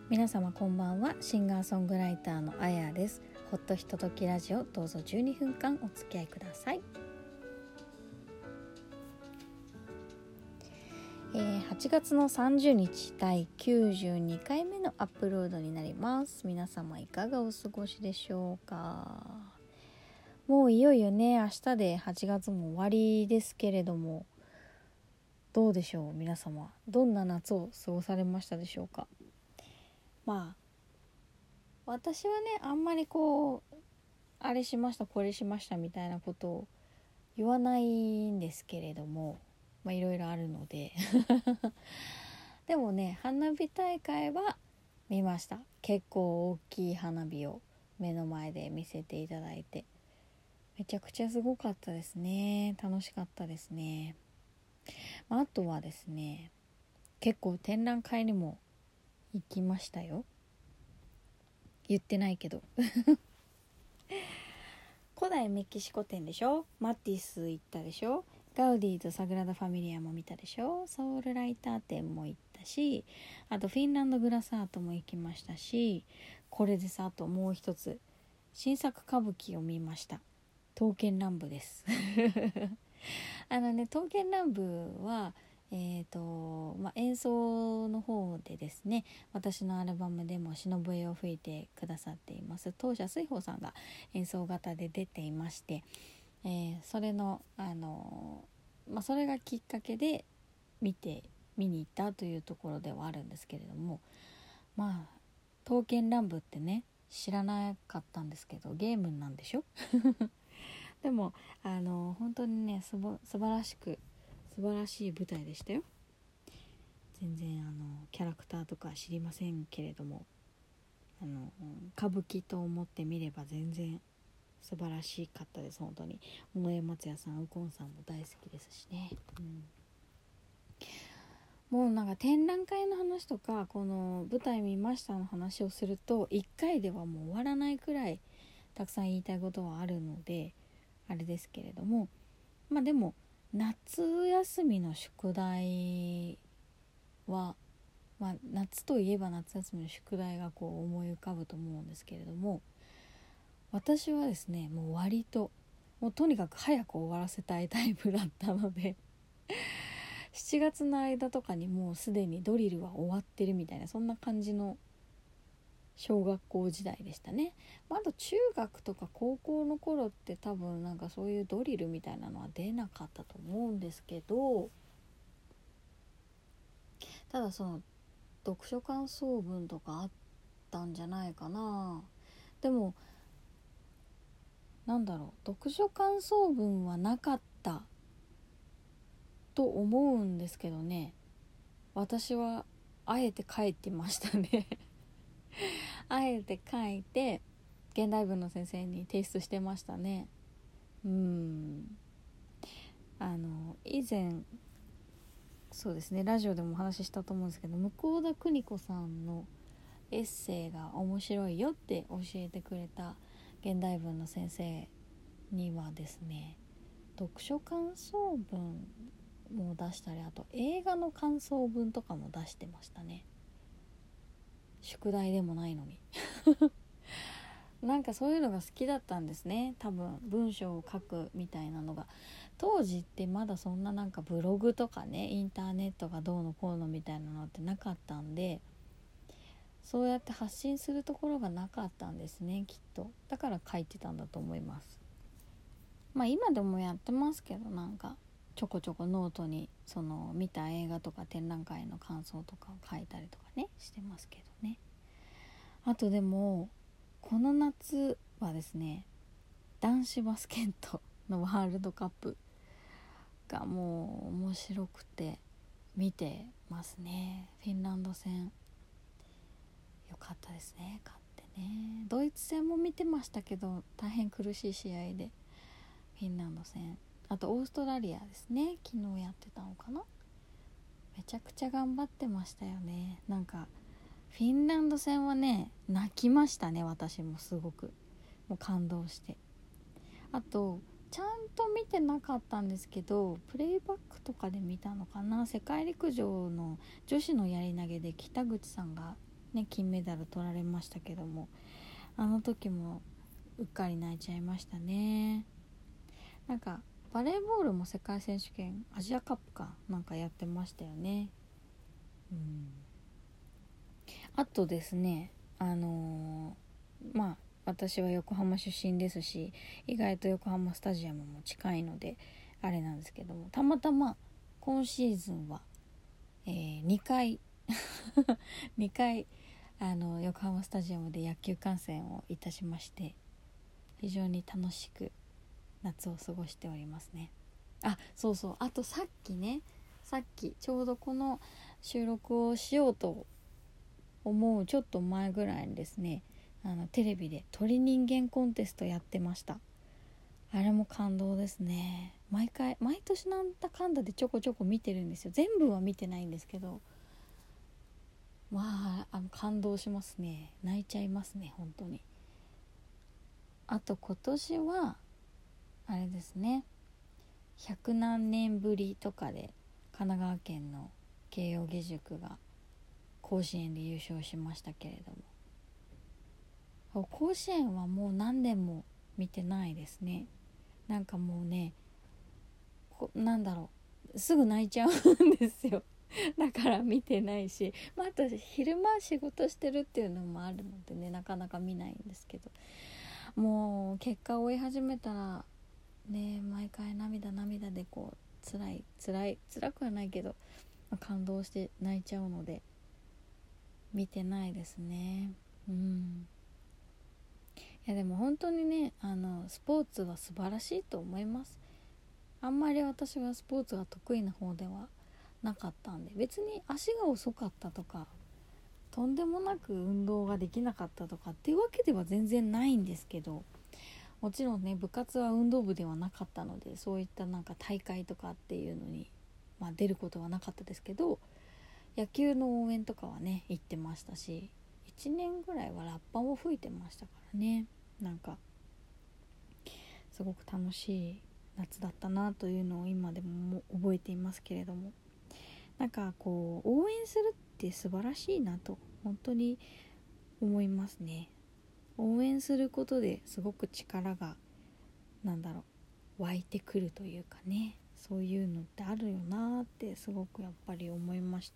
皆様こんばんは。シンガーソングライターのあやです。ほっとひとときラジオ、どうぞ12分間お付き合いください。8月の30日第92回目のアップロードになります。皆様いかがお過ごしでしょうか。もういよいよね、明日で8月も終わりですけれども、どうでしょう。皆様どんな夏を過ごされましたでしょうか。私はね、あんまりあれしましたこれしましたみたいなことを言わないんですけれども、いろいろあるのででもね、花火大会は見ました。結構大きい花火を目の前で見せていただいて、めちゃくちゃすごかったですね。楽しかったですね。あとはですね、結構展覧会にも行きましたよ。言ってないけど古代メキシコ展でしょ、マティス行ったでしょ、ガウディとサグラダ・ファミリアも見たでしょ、ソウルライター展も行ったし、あとフィンランドグラスアートも行きましたし、これでさ、あともう一つ新作歌舞伎を見ました。刀剣乱舞です刀剣乱舞は演奏の方でですね、私のアルバムでも忍笛を吹いてくださっています当社水宝さんが演奏型で出ていまして、それのそれがきっかけで見に行ったというところではあるんですけれども、刀剣乱舞ってね、知らなかったんですけど、ゲームなんでしょでも本当にね、素晴らしい舞台でしたよ。全然キャラクターとか知りませんけれども、歌舞伎と思ってみれば全然素晴らしかったです。本当に尾上松也さん、右近さんも大好きですしね、もうなんか展覧会の話とかこの舞台見ましたの話をすると1回ではもう終わらないくらいたくさん言いたいことはあるのであれですけれども、でも夏休みの宿題は、夏といえば夏休みの宿題が思い浮かぶと思うんですけれども、私はですね、もう割ととにかく早く終わらせたいタイプだったので7月の間とかにもうすでにドリルは終わってるみたいな、そんな感じの小学校時代でしたね。あと中学とか高校の頃って多分なんかそういうドリルみたいなのは出なかったと思うんですけど、ただその読書感想文とかあったんじゃないかな。でも読書感想文はなかったと思うんですけどね。私はあえて書いてましたねあえて書いて現代文の先生に提出してましたね。以前そうですね、ラジオでもお話ししたと思うんですけど、向田邦子さんのエッセイが面白いよって教えてくれた現代文の先生にはですね、読書感想文も出したり、あと映画の感想文とかも出してましたね。宿題でもないのになんかそういうのが好きだったんですね。多分文章を書くみたいなのが、当時ってまだそんななんかブログとかね、インターネットがどうのこうのみたいなのってなかったんで、そうやって発信するところがなかったんですね、きっと。だから書いてたんだと思います。今でもやってますけど、なんかちょこちょこノートにその見た映画とか展覧会の感想とかを書いたりとかねしてますけどね。あとでもこの夏はですね、男子バスケットのワールドカップがもう面白くて見てますね。フィンランド戦よかったですね、勝ってね。ドイツ戦も見てましたけど大変苦しい試合で、フィンランド戦、あとオーストラリアですね、昨日やってたのかな。めちゃくちゃ頑張ってましたよね。なんかフィンランド戦はね、泣きましたね。私もすごくもう感動して、あとちゃんと見てなかったんですけど、プレイバックとかで見たのかな、世界陸上の女子のやり投げで北口さんがね金メダル取られましたけども、あの時もうっかり泣いちゃいましたね。なんかバレーボールも世界選手権アジアカップかなんかやってましたよね。あとですねまあ私は横浜出身ですし、意外と横浜スタジアムも近いのであれなんですけども、たまたま今シーズンは、2回2回横浜スタジアムで野球観戦をいたしまして、非常に楽しく夏を過ごしておりますね。そうそう、あとさっきちょうどこの収録をしようと思うちょっと前ぐらいにですね、テレビで鳥人間コンテストやってました。あれも感動ですね。毎年なんだかんだでちょこちょこ見てるんですよ。全部は見てないんですけど、感動しますね。泣いちゃいますね本当に。あと今年はあれですね、100何年ぶりとかで神奈川県の慶應義塾が甲子園で優勝しましたけれども、甲子園はもう何年も見てないですね。なんかもうね、すぐ泣いちゃうんですよだから見てないし、あと昼間仕事してるっていうのもあるのでね、なかなか見ないんですけど、もう結果を追い始めたらね、毎回涙でこう辛くはないけど、感動して泣いちゃうので見てないですね。いやでも本当にね、スポーツは素晴らしいと思います。あんまり私はスポーツが得意な方ではなかったんで、別に足が遅かったとかとんでもなく運動ができなかったとかっていうわけでは全然ないんですけど、もちろんね部活は運動部ではなかったので、そういったなんか大会とかっていうのに、出ることはなかったですけど、野球の応援とかはね行ってましたし、1年ぐらいはラッパを吹いてましたからね。なんかすごく楽しい夏だったなというのを今でも覚えていますけれども、なんかこう応援するって素晴らしいなと本当に思いますね。応援することですごく力が湧いてくるというかね、そういうのってあるよなってすごくやっぱり思いました。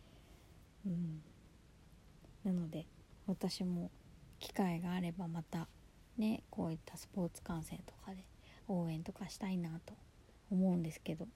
なので私も機会があればまたね、こういったスポーツ観戦とかで応援とかしたいなと思うんですけど、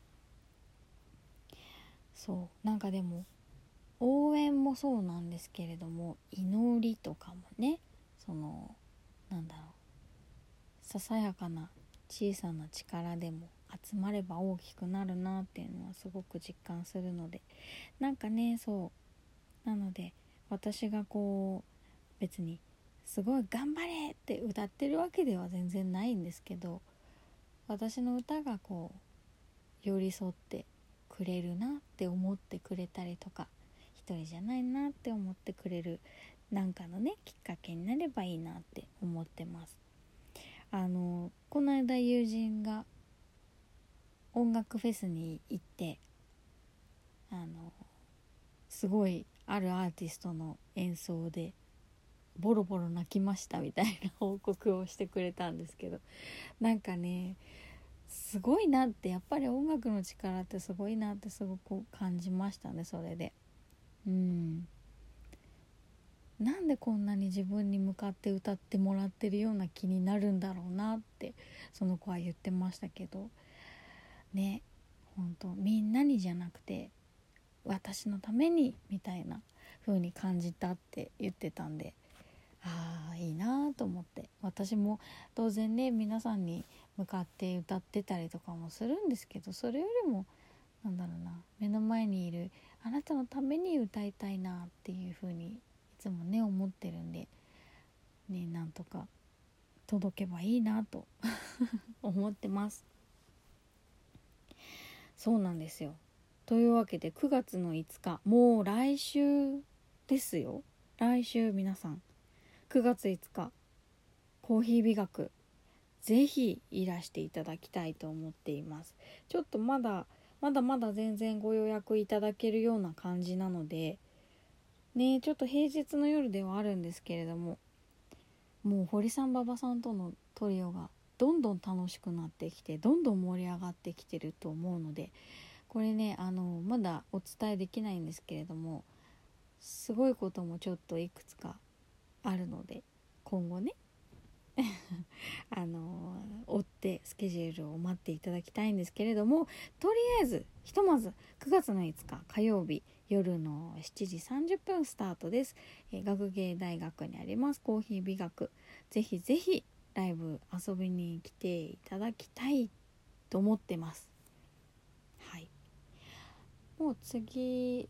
そうなんかでも応援もそうなんですけれども、祈りとかもね、ささやかな小さな力でも集まれば大きくなるなっていうのはすごく実感するので、なので私がこう別にすごい頑張れって歌ってるわけでは全然ないんですけど、私の歌がこう寄り添ってくれるなって思ってくれたりとか、一人じゃないなって思ってくれるなんかのねきっかけになればいいなって思ってます。この間友人が音楽フェスに行って、すごいあるアーティストの演奏でボロボロ泣きましたみたいな報告をしてくれたんですけど、なんかねすごいなって、やっぱり音楽の力ってすごいなってすごく感じましたね。それでなんでこんなに自分に向かって歌ってもらってるような気になるんだろうなってその子は言ってましたけどね、本当みんなにじゃなくて私のためにみたいな風に感じたって言ってたんで、いいなと思って、私も当然ね皆さんに向かって歌ってたりとかもするんですけど、それよりも目の前にいるあなたのために歌いたいなっていう風にいつもね思ってるんでね、なんとか届けばいいなと思ってます。そうなんですよ。というわけで9月の5日、もう来週ですよ。来週皆さん9月5日コーヒー美学ぜひいらしていただきたいと思っています。ちょっとまだ全然ご予約いただけるような感じなのでね、ちょっと平日の夜ではあるんですけれども、もう堀さん馬場さんとのトリオがどんどん楽しくなってきて、どんどん盛り上がってきてると思うので、これねまだお伝えできないんですけれども、すごいこともちょっといくつかあるので、今後ね追ってスケジュールを待っていただきたいんですけれども、とりあえずひとまず9月の5日火曜日夜の7時30分スタートです。学芸大学にありますコーヒー美学、ぜひぜひライブ遊びに来ていただきたいと思ってます。はい、もう次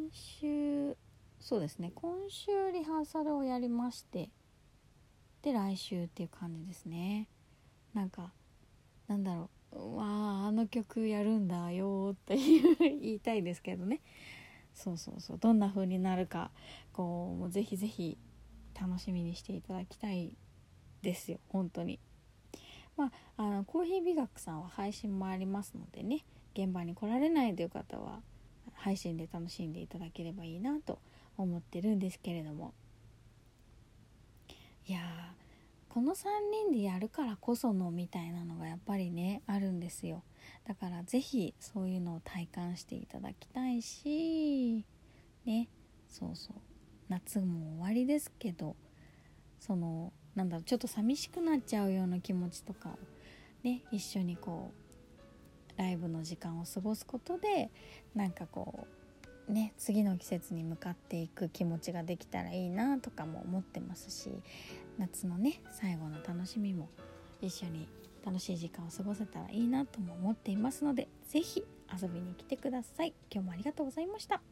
そうですね、今週リハーサルをやりまして、で来週っていう感じですね。なんかなんだろう、わああの曲やるんだよって言いたいですけどね。そうどんな風になるかもうぜひぜひ楽しみにしていただきたいですよ、本当に。コーヒー美学さんは配信もありますのでね、現場に来られないという方は配信で楽しんでいただければいいなと思ってるんですけれども、いやこの3人でやるからこそのみたいなのがやっぱりねあるんですよ。だからぜひそういうのを体感していただきたいしね。夏も終わりですけど、ちょっと寂しくなっちゃうような気持ちとかをね、一緒にライブの時間を過ごすことで、次の季節に向かっていく気持ちができたらいいなとかも思ってますし、夏のね最後の楽しみも一緒に楽しい時間を過ごせたらいいなとも思っていますので、ぜひ遊びに来てください。今日もありがとうございました。